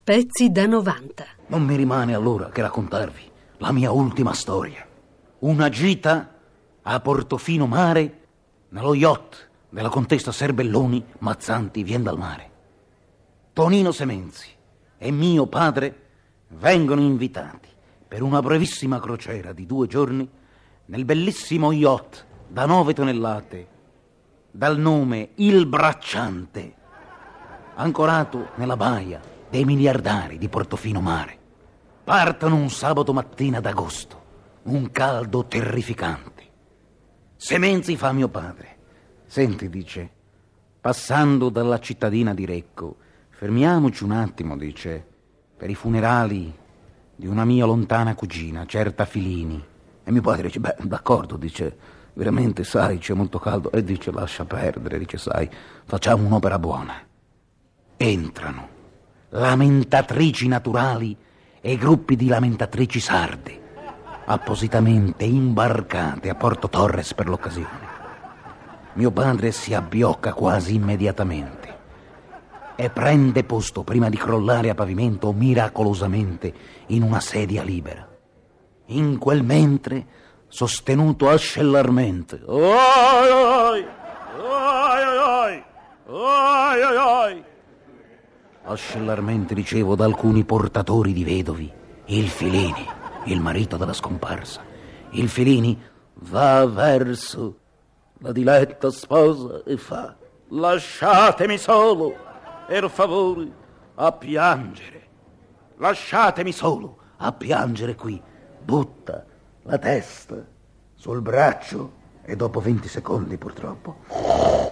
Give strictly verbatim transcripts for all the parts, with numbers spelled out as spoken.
Pezzi da novanta. Non mi rimane allora che raccontarvi la mia ultima storia. Una gita a Portofino Mare nello yacht della contessa Serbelloni Mazzanti Vien dal Mare. Tonino Semenzi e mio padre vengono invitati per una brevissima crociera di due giorni nel bellissimo yacht da nove tonnellate dal nome Il Bracciante, ancorato nella baia dei miliardari di Portofino Mare. Partono un sabato mattina d'agosto, un caldo terrificante. Semenzi fa a mio padre: senti, dice, passando dalla cittadina di Recco, fermiamoci un attimo, dice, per i funerali di una mia lontana cugina, certa Filini. E mio padre dice: beh, d'accordo, dice, veramente, sai, c'è molto caldo. E dice: lascia perdere, dice, sai, facciamo un'opera buona. Entrano lamentatrici naturali e gruppi di lamentatrici sarde, appositamente imbarcate a Porto Torres per l'occasione. Mio padre si abbiocca quasi immediatamente e prende posto, prima di crollare a pavimento, miracolosamente in una sedia libera. In quel mentre, sostenuto ascellarmente, oi oi oi oi oi oi oi ascellarmente, dicevo, da alcuni portatori di vedovi, il Filini, il marito della scomparsa, il Filini va verso la diletta sposa e fa: lasciatemi solo, per favore, a piangere. Lasciatemi solo a piangere qui. Butta la testa sul braccio e dopo venti secondi, purtroppo,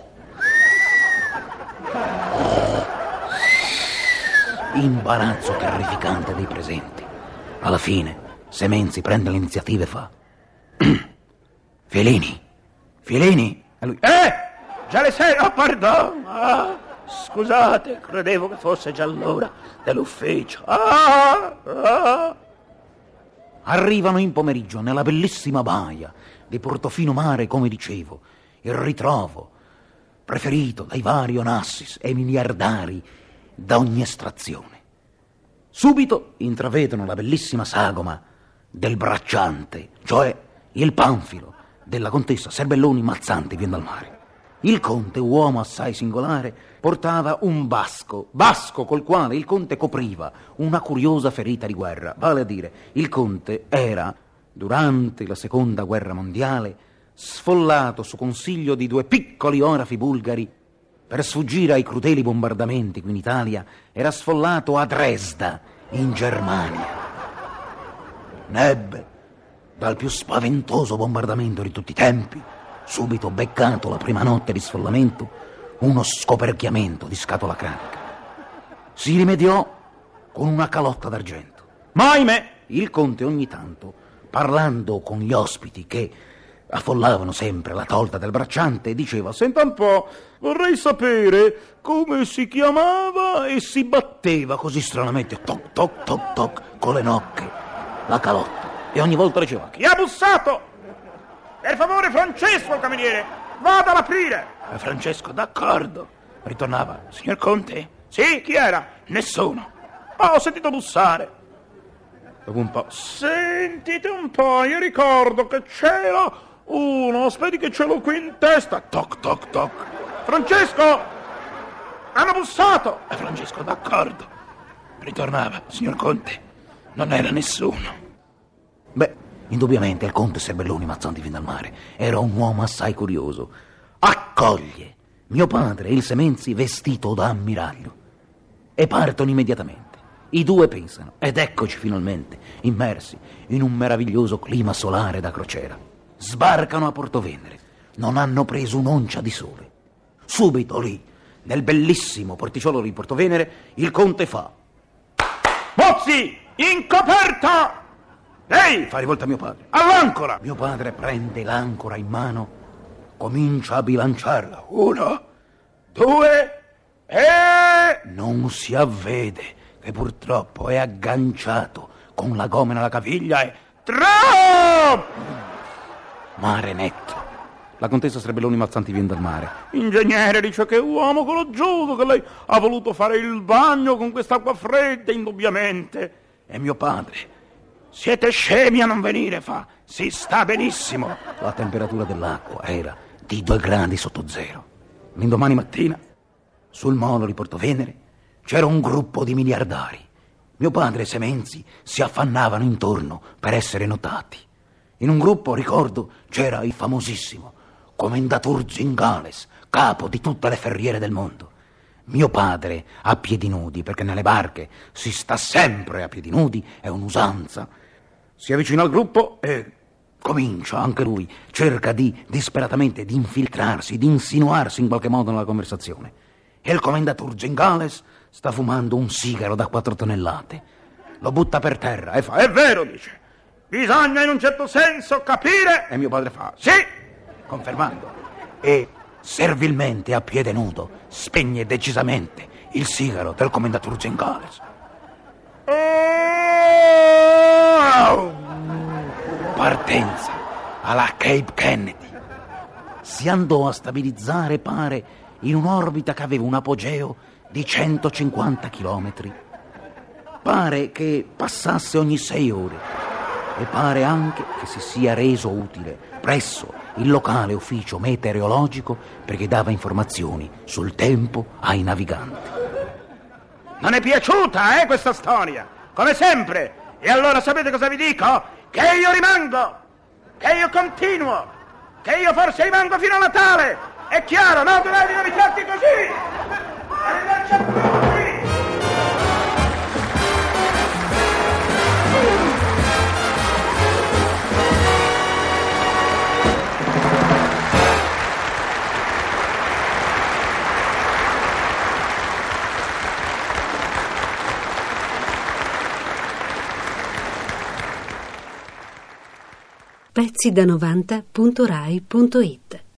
imbarazzo terrificante dei presenti. Alla fine Semenzi prende l'iniziativa e fa: Filini, Filini. E lui: eh, già le sei? Oh, perdono. Ah, scusate, credevo che fosse già l'ora dell'ufficio. Ah, ah. Arrivano in pomeriggio nella bellissima baia di Portofino Mare, come dicevo, il ritrovo preferito dai vari Onassis e miliardari da ogni estrazione. Subito intravedono la bellissima sagoma del Bracciante, cioè il panfilo della contessa Serbelloni Mazzanti Vien dal Mare. Il conte, uomo assai singolare, portava un basco, basco col quale il conte copriva una curiosa ferita di guerra. Vale a dire, il conte era, durante la seconda guerra mondiale, sfollato su consiglio di due piccoli orafi bulgari. Per sfuggire ai crudeli bombardamenti qui in Italia, era sfollato a Dresda, in Germania. Nebbe, dal più spaventoso bombardamento di tutti i tempi, subito beccato la prima notte di sfollamento, uno scoperchiamento di scatola cranica. Si rimediò con una calotta d'argento. Ma ahimè, il conte ogni tanto, parlando con gli ospiti che affollavano sempre la tolda del Bracciante, diceva: senta un po', vorrei sapere come si chiamava, e si batteva così stranamente, toc toc toc toc, con le nocche, la calotta, e ogni volta diceva: chi ha bussato? Per favore, Francesco, il cameriere, vada ad aprire. E Francesco: d'accordo. Ritornava: signor conte? Sì, chi era? Nessuno. Oh, ho sentito bussare. Dopo un po': sentite un po', io ricordo che c'era uno, aspetti che ce l'ho qui in testa. Toc toc toc. Francesco, hanno bussato. E Francesco: d'accordo. Ritornava: signor conte, non era nessuno. Beh, indubbiamente il conte Serbelloni Mazzanti Vien dal Mare era un uomo assai curioso. Accoglie mio padre e il Semenzi vestito da ammiraglio e partono immediatamente. I due pensano, ed eccoci finalmente immersi in un meraviglioso clima solare da crociera. Sbarcano a Portovenere, non hanno preso un'oncia di sole. Subito lì, nel bellissimo porticciolo di Portovenere, il conte fa: Mozzi, in coperta! Lei, fa rivolta a mio padre, all'ancora! Mio padre prende l'ancora in mano, comincia a bilanciarla. Uno, due, e... non si avvede che purtroppo è agganciato con la gomena alla caviglia e... Troppo! Mare netto, La contessa Strebelloni Mazzanti vien dal mare. Ingegnere, dice che uomo coraggioso, che lei ha voluto fare il bagno con quest'acqua fredda, indubbiamente. È mio padre. Siete scemi a non venire, fa. Si sta benissimo. La temperatura dell'acqua era di due gradi sotto zero. L'indomani mattina, sul molo di Porto Venere, c'era un gruppo di miliardari. Mio padre e Semenzi si affannavano intorno per essere notati. In un gruppo, ricordo, c'era il famosissimo Commendatur Zingales, capo di tutte le ferriere del mondo. Mio padre a piedi nudi, perché nelle barche si sta sempre a piedi nudi, è un'usanza. Si avvicina al gruppo e comincia, anche lui, cerca di disperatamente di infiltrarsi, di insinuarsi in qualche modo nella conversazione. E il Commendatur Zingales sta fumando un sigaro da quattro tonnellate. Lo butta per terra e fa: è vero, dice, bisogna in un certo senso capire. E mio padre fa: sì, confermando, e servilmente a piede nudo spegne decisamente il sigaro del Commendatur Zingales. Partenza alla Cape Kennedy. Si andò a stabilizzare, pare, in un'orbita che aveva un apogeo di centocinquanta chilometri. Pare che passasse ogni sei ore e pare anche che si sia reso utile presso il locale ufficio meteorologico perché dava informazioni sul tempo ai naviganti. Non è piaciuta, eh, questa storia? Come sempre. E allora sapete cosa vi dico? Che io rimango, che io continuo, che io forse rimango fino a Natale. È chiaro, no? Dovete non mi tratti così. Arrivederci a tutti. pezzi da novanta punto rai punto it